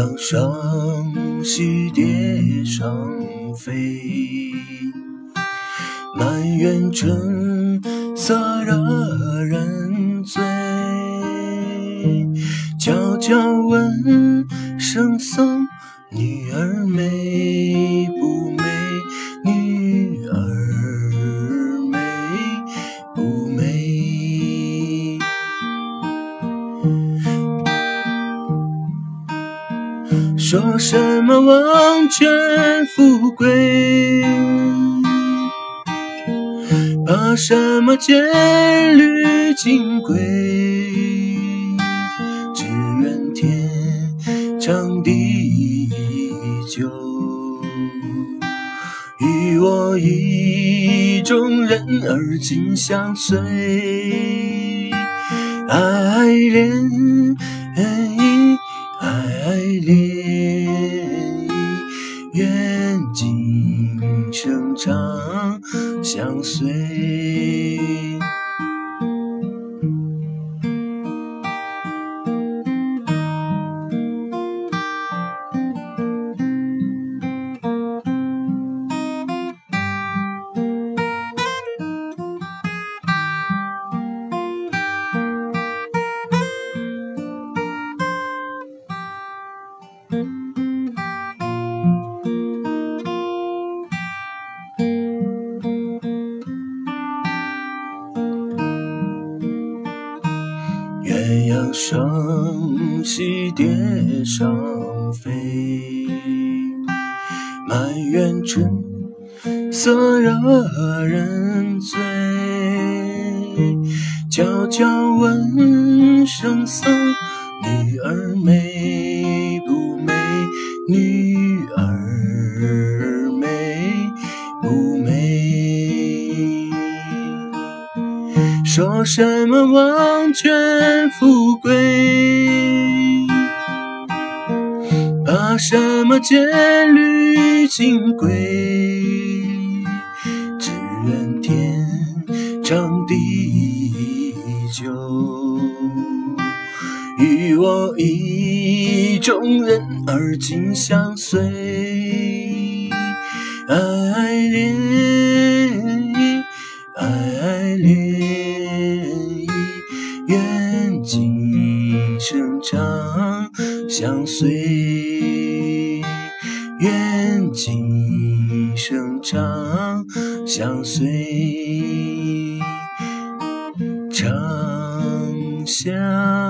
阳上溪蝶上飞，满园春色惹人醉。悄悄问圣僧，女儿美不美？女儿美不美？说什么王权富贵，怕什么千缕金龟？只愿天长地久，与我意中人儿紧相随。爱恋爱恋，愿今生长相随。鸳鸯上溪蝶上飞，满园春色惹人醉。悄悄问圣僧，女儿美不美？女儿美不美？说什么王权富贵，怕什么千缕金龟？只愿天长地久，与我意中人儿紧相随。爱恋爱恋，愿今生长相随。愿今生长相随，长相